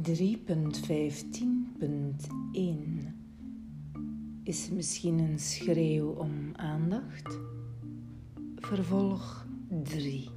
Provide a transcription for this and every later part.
3.15.1 is misschien een schreeuw om aandacht. Vervolg 3.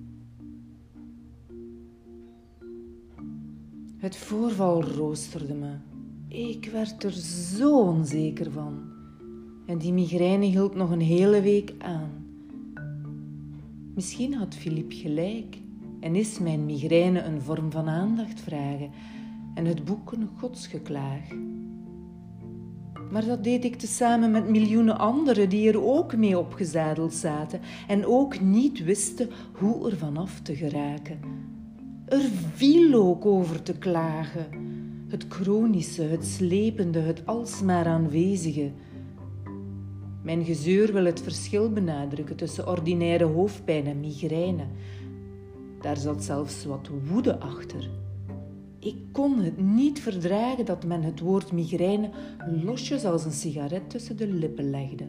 Het voorval roosterde me. Ik werd er zo onzeker van. En die migraine hield nog een hele week aan. Misschien had Philippe gelijk en is mijn migraine een vorm van aandacht vragen en het boek een godsgeklaag. Maar dat deed ik tezamen met miljoenen anderen die er ook mee opgezadeld zaten en ook niet wisten hoe er vanaf te geraken. Er viel ook over te klagen. Het chronische, het slepende, het alsmaar aanwezige. Mijn gezeur wil het verschil benadrukken tussen ordinaire hoofdpijn en migraine. Daar zat zelfs wat woede achter. Ik kon het niet verdragen dat men het woord migraine losjes als een sigaret tussen de lippen legde.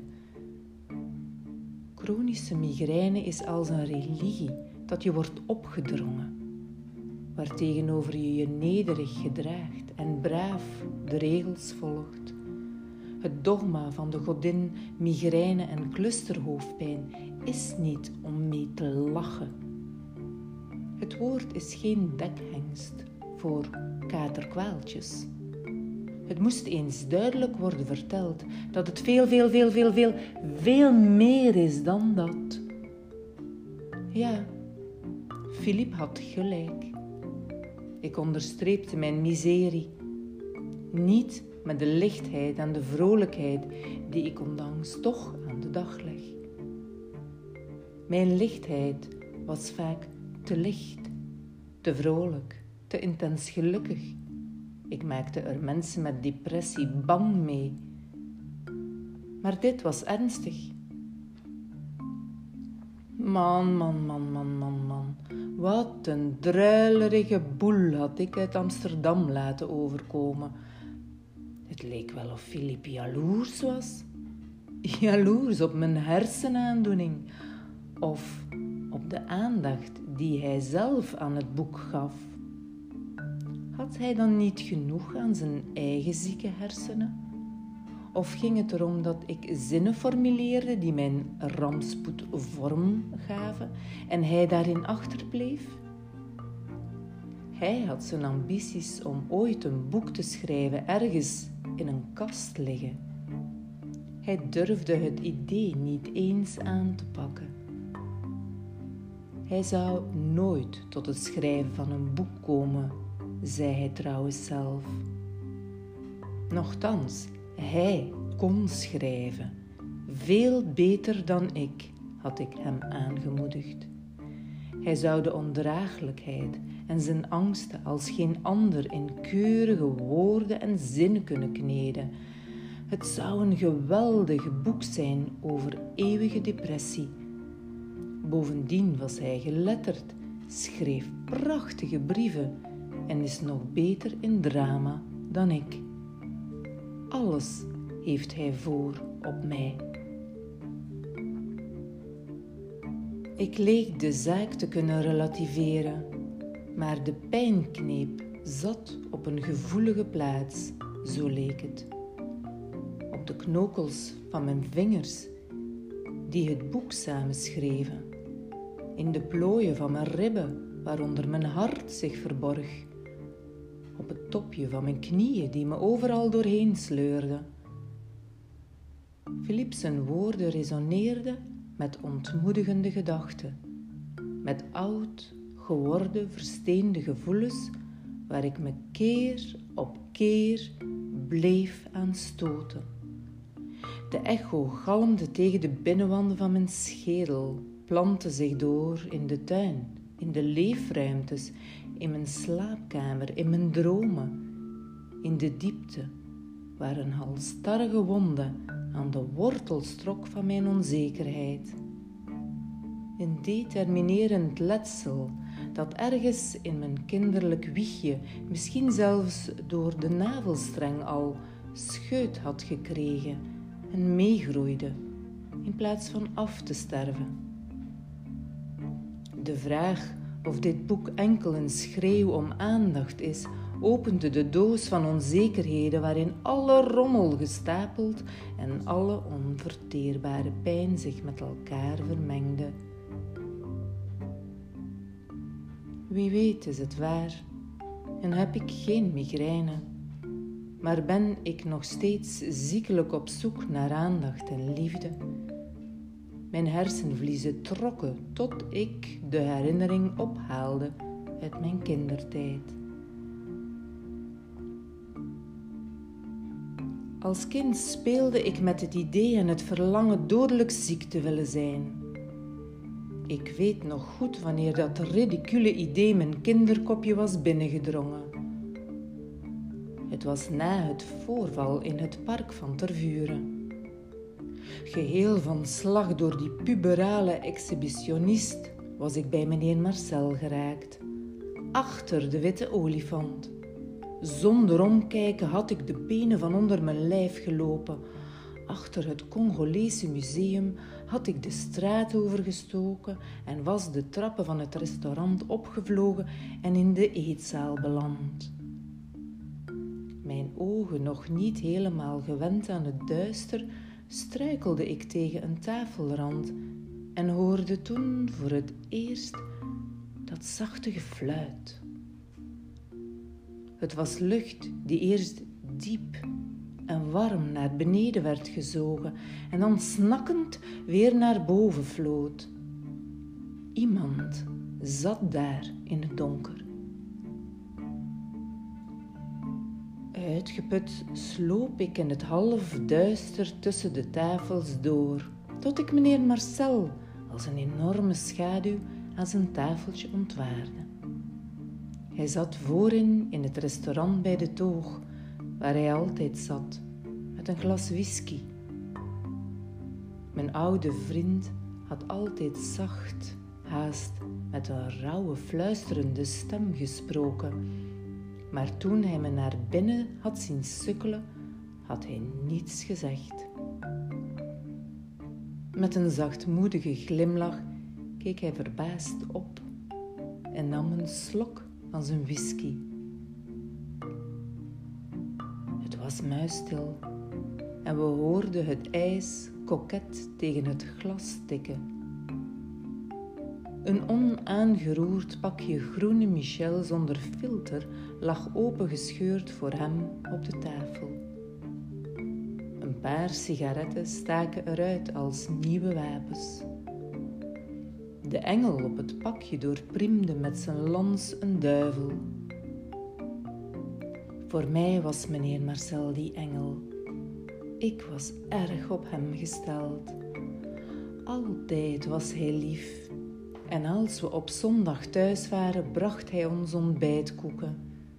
Chronische migraine is als een religie dat je wordt opgedrongen, waartegenover je je nederig gedraagt en braaf de regels volgt. Het dogma van de godin migraine en clusterhoofdpijn is niet om mee te lachen. Het woord is geen dekhengst voor katerkwaaltjes. Het moest eens duidelijk worden verteld dat het veel meer is dan dat. Ja, Philippe had gelijk. Ik onderstreepte mijn miserie. Niet met de lichtheid en de vrolijkheid die ik ondanks toch aan de dag leg. Mijn lichtheid was vaak te licht, te vrolijk, te intens gelukkig. Ik maakte er mensen met depressie bang mee. Maar dit was ernstig. Man. Wat een druilerige boel had ik uit Amsterdam laten overkomen. Het leek wel of Philippe jaloers was. Jaloers op mijn hersenaandoening. Of op de aandacht die hij zelf aan het boek gaf. Had hij dan niet genoeg aan zijn eigen zieke hersenen? Of ging het erom dat ik zinnen formuleerde die mijn rampspoed vorm gaven en hij daarin achterbleef? Hij had zijn ambities om ooit een boek te schrijven ergens in een kast liggen. Hij durfde het idee niet eens aan te pakken. Hij zou nooit tot het schrijven van een boek komen, zei hij trouwens zelf. Nochtans, hij kon schrijven. Veel beter dan ik, had ik hem aangemoedigd. Hij zou de ondraaglijkheid en zijn angsten als geen ander in keurige woorden en zinnen kunnen kneden. Het zou een geweldig boek zijn over eeuwige depressie. Bovendien was hij geletterd, schreef prachtige brieven en is nog beter in drama dan ik. Alles heeft hij voor op mij. Ik leek de zaak te kunnen relativeren, maar de pijnkneep zat op een gevoelige plaats, zo leek het. Op de knokels van mijn vingers, die het boek samenschreven. In de plooien van mijn ribben, waaronder mijn hart zich verborg. Op het topje van mijn knieën, die me overal doorheen sleurden. Philippe zijn woorden resoneerden met ontmoedigende gedachten. Met oud geworden, versteende gevoelens, waar ik me keer op keer bleef aan stoten. De echo galmde tegen de binnenwanden van mijn schedel, plantte zich door in de tuin, in de leefruimtes, in mijn slaapkamer, in mijn dromen, in de diepte, waar een halsstarrige wonde aan de wortels trok van mijn onzekerheid. Een determinerend letsel dat ergens in mijn kinderlijk wiegje, misschien zelfs door de navelstreng al, scheut had gekregen en meegroeide, in plaats van af te sterven. De vraag of dit boek enkel een schreeuw om aandacht is, opende de doos van onzekerheden waarin alle rommel gestapeld en alle onverteerbare pijn zich met elkaar vermengde. Wie weet is het waar en heb ik geen migraine, maar ben ik nog steeds ziekelijk op zoek naar aandacht en liefde. Mijn hersenvliezen trokken tot ik de herinnering ophaalde uit mijn kindertijd. Als kind speelde ik met het idee en het verlangen dodelijk ziek te willen zijn. Ik weet nog goed wanneer dat ridicule idee mijn kinderkopje was binnengedrongen. Het was na het voorval in het park van Tervuren. Geheel van slag door die puberale exhibitionist was ik bij meneer Marcel geraakt. Achter de witte olifant. Zonder omkijken had ik de benen van onder mijn lijf gelopen. Achter het Congolese museum had ik de straat overgestoken en was de trappen van het restaurant opgevlogen en in de eetzaal beland. Mijn ogen nog niet helemaal gewend aan het duister, struikelde ik tegen een tafelrand en hoorde toen voor het eerst dat zachte gefluit. Het was lucht die eerst diep en warm naar beneden werd gezogen en dan snakkend weer naar boven vloot. Iemand zat daar in het donker. Uitgeput sloop ik in het half duister tussen de tafels door, tot ik meneer Marcel als een enorme schaduw aan zijn tafeltje ontwaarde. Hij zat voorin in het restaurant bij de toog, waar hij altijd zat, met een glas whisky. Mijn oude vriend had altijd zacht, haast met een rauwe, fluisterende stem gesproken. Maar toen hij me naar binnen had zien sukkelen, had hij niets gezegd. Met een zachtmoedige glimlach keek hij verbaasd op en nam een slok van zijn whisky. Het was muisstil en we hoorden het ijs koket tegen het glas tikken. Een onaangeroerd pakje groene Michel zonder filter lag opengescheurd voor hem op de tafel. Een paar sigaretten staken eruit als nieuwe wapens. De engel op het pakje doorpriemde met zijn lans een duivel. Voor mij was meneer Marcel die engel. Ik was erg op hem gesteld. Altijd was hij lief. En als we op zondag thuis waren, bracht hij ons ontbijtkoeken.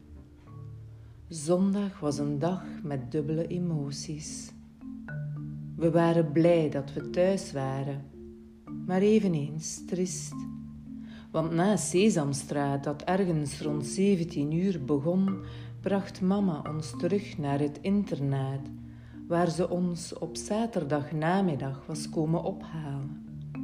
Zondag was een dag met dubbele emoties. We waren blij dat we thuis waren, maar eveneens triest. Want na Sesamstraat, dat ergens rond 17 uur begon, bracht mama ons terug naar het internaat, waar ze ons op zaterdagnamiddag was komen ophalen.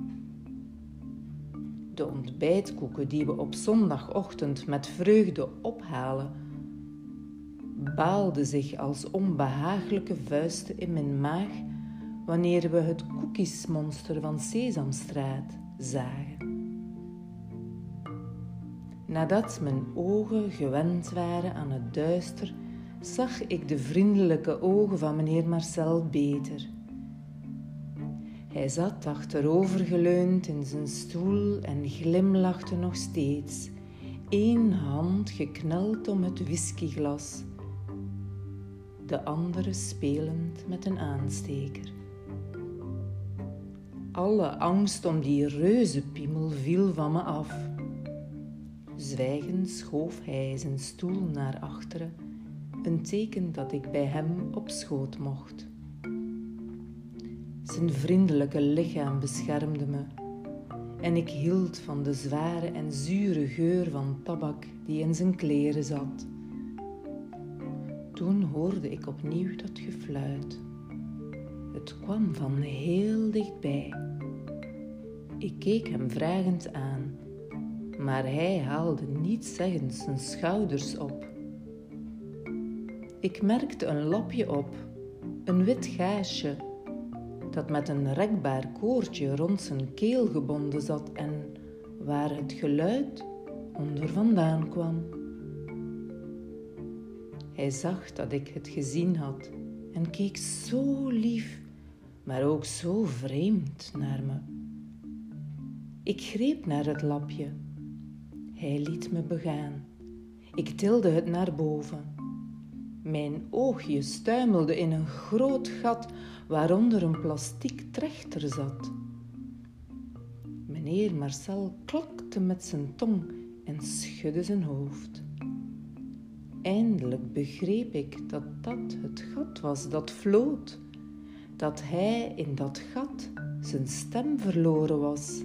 De ontbijtkoeken die we op zondagochtend met vreugde ophalen, baalden zich als onbehagelijke vuisten in mijn maag wanneer we het koekjesmonster van Sesamstraat zagen. Nadat mijn ogen gewend waren aan het duister, zag ik de vriendelijke ogen van meneer Marcel beter. Hij zat achterovergeleund in zijn stoel en glimlachte nog steeds, één hand gekneld om het whiskyglas, de andere spelend met een aansteker. Alle angst om die reuzenpiemel viel van me af. Zwijgend schoof hij zijn stoel naar achteren, een teken dat ik bij hem op schoot mocht. Zijn vriendelijke lichaam beschermde me en ik hield van de zware en zure geur van tabak die in zijn kleren zat. Toen hoorde ik opnieuw dat gefluit. Het kwam van heel dichtbij. Ik keek hem vragend aan, maar hij haalde nietszeggend zijn schouders op. Ik merkte een lapje op, een wit gaasje, dat met een rekbaar koordje rond zijn keel gebonden zat en waar het geluid onder vandaan kwam. Hij zag dat ik het gezien had en keek zo lief, maar ook zo vreemd naar me. Ik greep naar het lapje. Hij liet me begaan. Ik tilde het naar boven. Mijn oogje stuimelde in een groot gat waaronder een plastiek trechter zat. Meneer Marcel klakte met zijn tong en schudde zijn hoofd. Eindelijk begreep ik dat dat het gat was dat floot, dat hij in dat gat zijn stem verloren was.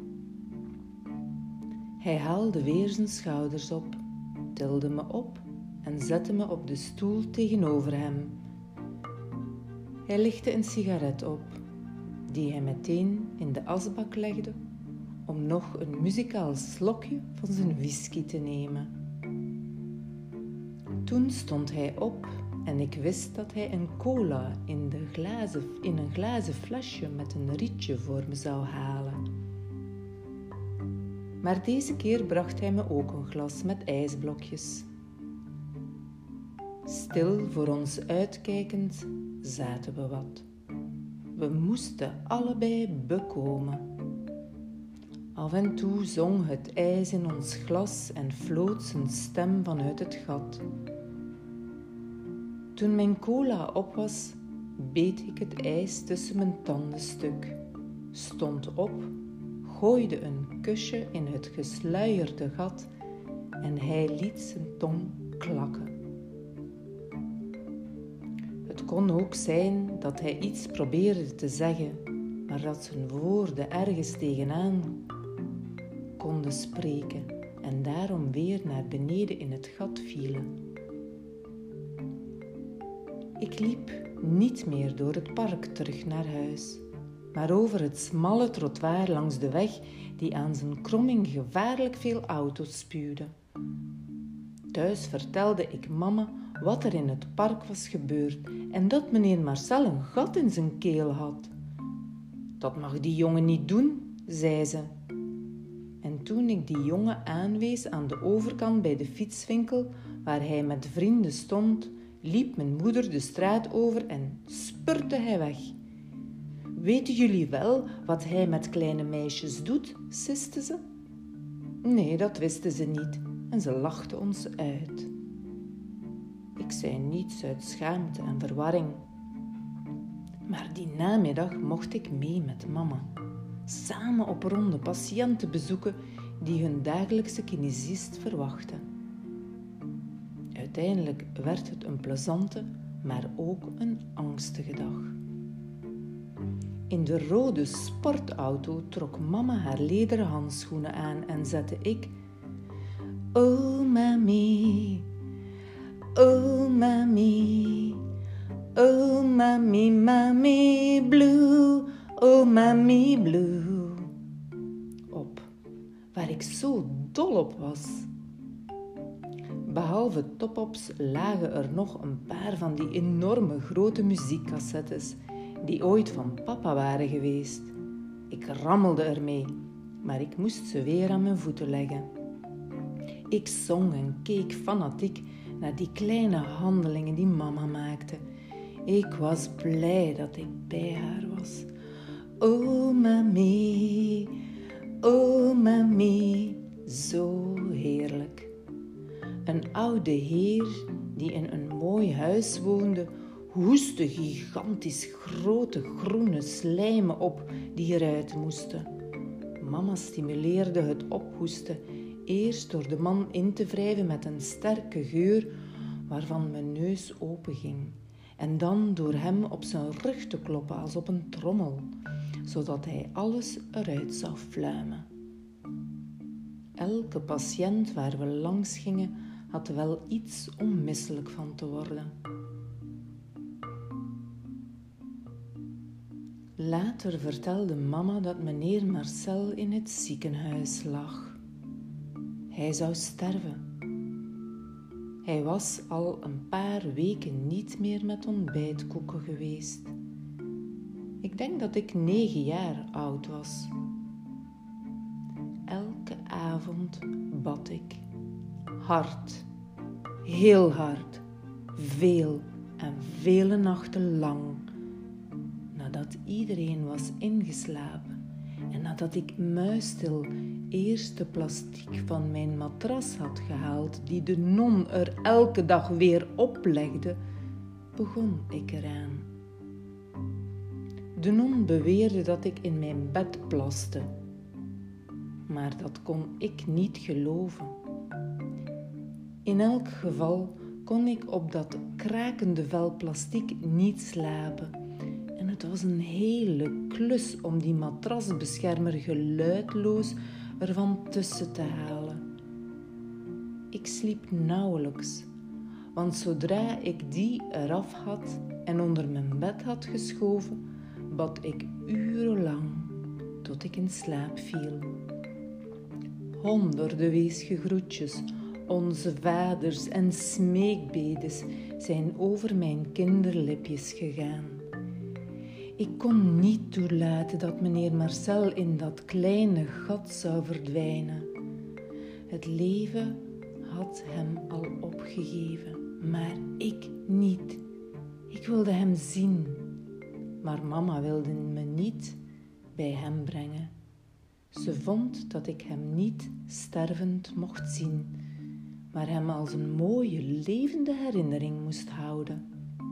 Hij haalde weer zijn schouders op, tilde me op en zette me op de stoel tegenover hem. Hij lichtte een sigaret op, die hij meteen in de asbak legde om nog een muzikaal slokje van zijn whisky te nemen. Toen stond hij op en ik wist dat hij een cola in een glazen flesje met een rietje voor me zou halen. Maar deze keer bracht hij me ook een glas met ijsblokjes. Stil voor ons uitkijkend zaten we wat. We moesten allebei bekomen. Af en toe zong het ijs in ons glas en floot zijn stem vanuit het gat. Toen mijn cola op was, beet ik het ijs tussen mijn tanden stuk, stond op, gooide een kusje in het gesluierde gat en hij liet zijn tong klakken. Het kon ook zijn dat hij iets probeerde te zeggen, maar dat zijn woorden ergens tegenaan konden spreken en daarom weer naar beneden in het gat vielen. Ik liep niet meer door het park terug naar huis, maar over het smalle trottoir langs de weg die aan zijn kromming gevaarlijk veel auto's spuwde. Thuis vertelde ik mama wat er in het park was gebeurd en dat meneer Marcel een gat in zijn keel had. Dat mag die jongen niet doen, zei ze. En toen ik die jongen aanwees aan de overkant bij de fietswinkel waar hij met vrienden stond, liep mijn moeder de straat over en spurte hij weg. Weten jullie wel wat hij met kleine meisjes doet, siste ze. Nee, dat wisten ze niet en ze lachten ons uit. Ik zei niets uit schaamte en verwarring. Maar die namiddag mocht ik mee met mama. Samen op ronde patiënten bezoeken die hun dagelijkse kinesist verwachten. Uiteindelijk werd het een plezante, maar ook een angstige dag. In de rode sportauto trok mama haar lederen handschoenen aan en zette ik "Oh mami, oh mami, oh mami, mami blue, oh mami blue" op, waar ik zo dol op was. Behalve top-ups lagen er nog een paar van die enorme grote muziekcassettes die ooit van papa waren geweest. Ik rammelde ermee, maar ik moest ze weer aan mijn voeten leggen. Ik zong en keek fanatiek naar die kleine handelingen die mama maakte. Ik was blij dat ik bij haar was. Oh mami, zo heerlijk. Een oude heer die in een mooi huis woonde, hoestte gigantisch grote groene slijmen op die eruit moesten. Mama stimuleerde het ophoesten eerst door de man in te wrijven met een sterke geur waarvan mijn neus openging en dan door hem op zijn rug te kloppen als op een trommel, zodat hij alles eruit zou fluimen. Elke patiënt waar we langs gingen had wel iets om misselijk van te worden. Later vertelde mama dat meneer Marcel in het ziekenhuis lag. Hij zou sterven. Hij was al een paar weken niet meer met ontbijtkoeken geweest. Ik denk dat ik 9 jaar oud was. Elke avond bad ik. Hard, heel hard, veel en vele nachten lang. Nadat iedereen was ingeslapen en nadat ik muisstil eerst de plastiek van mijn matras had gehaald die de non er elke dag weer oplegde, begon ik eraan. De non beweerde dat ik in mijn bed plaste, maar dat kon ik niet geloven. In elk geval kon ik op dat krakende vel plastiek niet slapen en het was een hele klus om die matrasbeschermer geluidloos ervan tussen te halen. Ik sliep nauwelijks, want zodra ik die eraf had en onder mijn bed had geschoven, bad ik urenlang tot ik in slaap viel. Honderden weesgegroetjes, onze vaders en smeekbedes zijn over mijn kinderlipjes gegaan. Ik kon niet toelaten dat meneer Marcel in dat kleine gat zou verdwijnen. Het leven had hem al opgegeven, maar ik niet. Ik wilde hem zien, maar mama wilde me niet bij hem brengen. Ze vond dat ik hem niet stervend mocht zien, maar hem als een mooie, levende herinnering moest houden.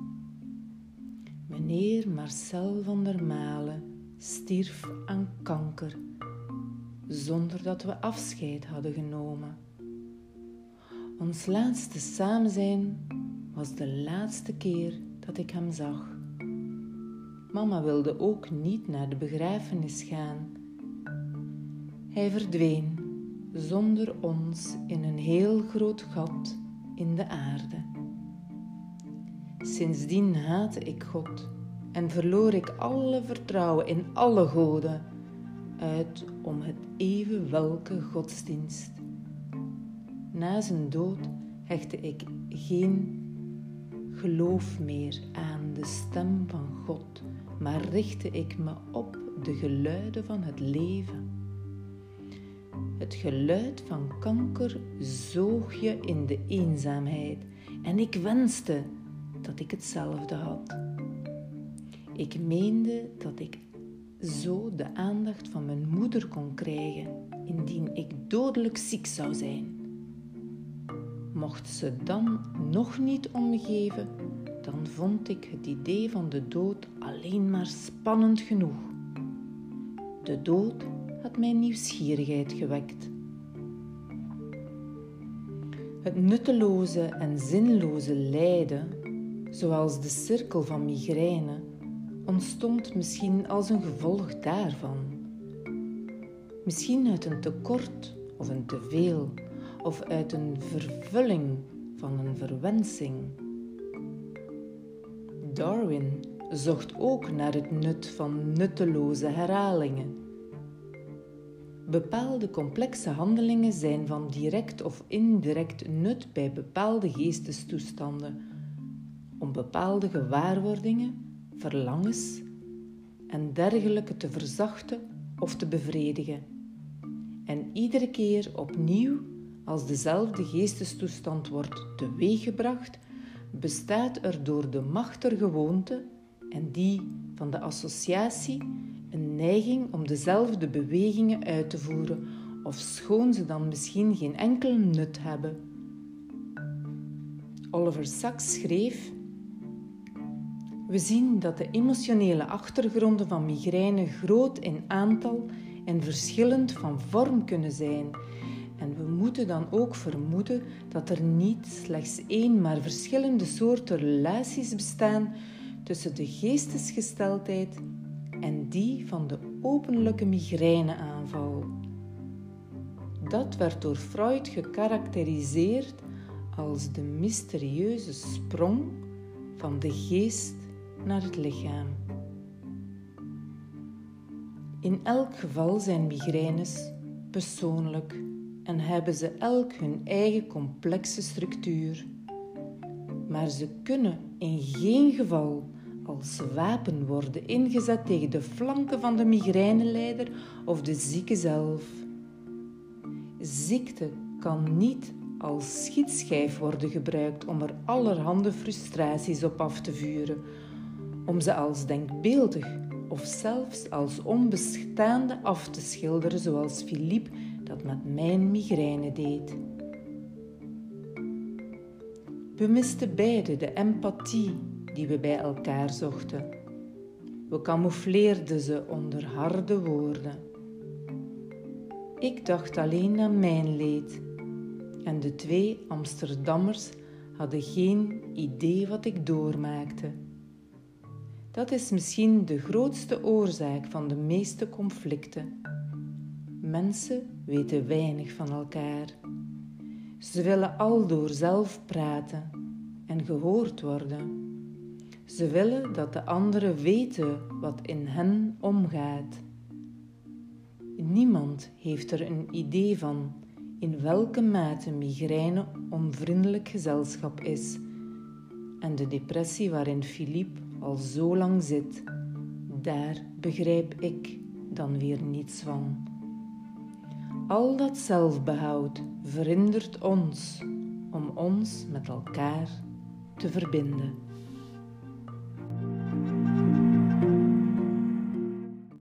Meneer Marcel van der Male stierf aan kanker, zonder dat we afscheid hadden genomen. Ons laatste samenzijn was de laatste keer dat ik hem zag. Mama wilde ook niet naar de begrafenis gaan. Hij verdween zonder ons in een heel groot gat in de aarde. Sindsdien haatte ik God en verloor ik alle vertrouwen in alle goden, uit om het even welke godsdienst. Na zijn dood hechtte ik geen geloof meer aan de stem van God, maar richtte ik me op de geluiden van het leven. Het geluid van kanker zoog je in de eenzaamheid en ik wenste dat ik hetzelfde had. Ik meende dat ik zo de aandacht van mijn moeder kon krijgen indien ik dodelijk ziek zou zijn. Mocht ze dan nog niet om me geven, dan vond ik het idee van de dood alleen maar spannend genoeg. De dood had mijn nieuwsgierigheid gewekt. Het nutteloze en zinloze lijden, zoals de cirkel van migraine, ontstond misschien als een gevolg daarvan. Misschien uit een tekort of een teveel, of uit een vervulling van een verwensing. Darwin zocht ook naar het nut van nutteloze herhalingen. Bepaalde complexe handelingen zijn van direct of indirect nut bij bepaalde geestestoestanden, om bepaalde gewaarwordingen, verlangens en dergelijke te verzachten of te bevredigen. En iedere keer opnieuw, als dezelfde geestestoestand wordt teweeggebracht, bestaat er door de macht der gewoonte en die van de associatie een neiging om dezelfde bewegingen uit te voeren, ofschoon ze dan misschien geen enkel nut hebben. Oliver Sacks schreef: we zien dat de emotionele achtergronden van migraine groot in aantal en verschillend van vorm kunnen zijn. En we moeten dan ook vermoeden dat er niet slechts één, maar verschillende soorten relaties bestaan tussen de geestesgesteldheid en die van de openlijke migraineaanval. Dat werd door Freud gekarakteriseerd als de mysterieuze sprong van de geest naar het lichaam. In elk geval zijn migraines persoonlijk en hebben ze elk hun eigen complexe structuur. maar ze kunnen in geen geval als wapen worden ingezet tegen de flanken van de migrijneleider of de zieke zelf. Ziekte kan niet als schietschijf worden gebruikt om er allerhande frustraties op af te vuren, om ze als denkbeeldig of zelfs als onbestaande af te schilderen, zoals Philippe dat met mijn migraine deed. We misten beide de empathie die we bij elkaar zochten. We camoufleerden ze onder harde woorden. Ik dacht alleen aan mijn leed en de 2 Amsterdammers hadden geen idee wat ik doormaakte. Dat is misschien de grootste oorzaak van de meeste conflicten. Mensen weten weinig van elkaar. Ze willen aldoor zelf praten en gehoord worden. Ze willen dat de anderen weten wat in hen omgaat. Niemand heeft er een idee van in welke mate migraine onvriendelijk gezelschap is en de depressie waarin Philippe al zo lang zit, daar begrijp ik dan weer niets van. Al dat zelfbehoud verhindert ons om ons met elkaar te verbinden.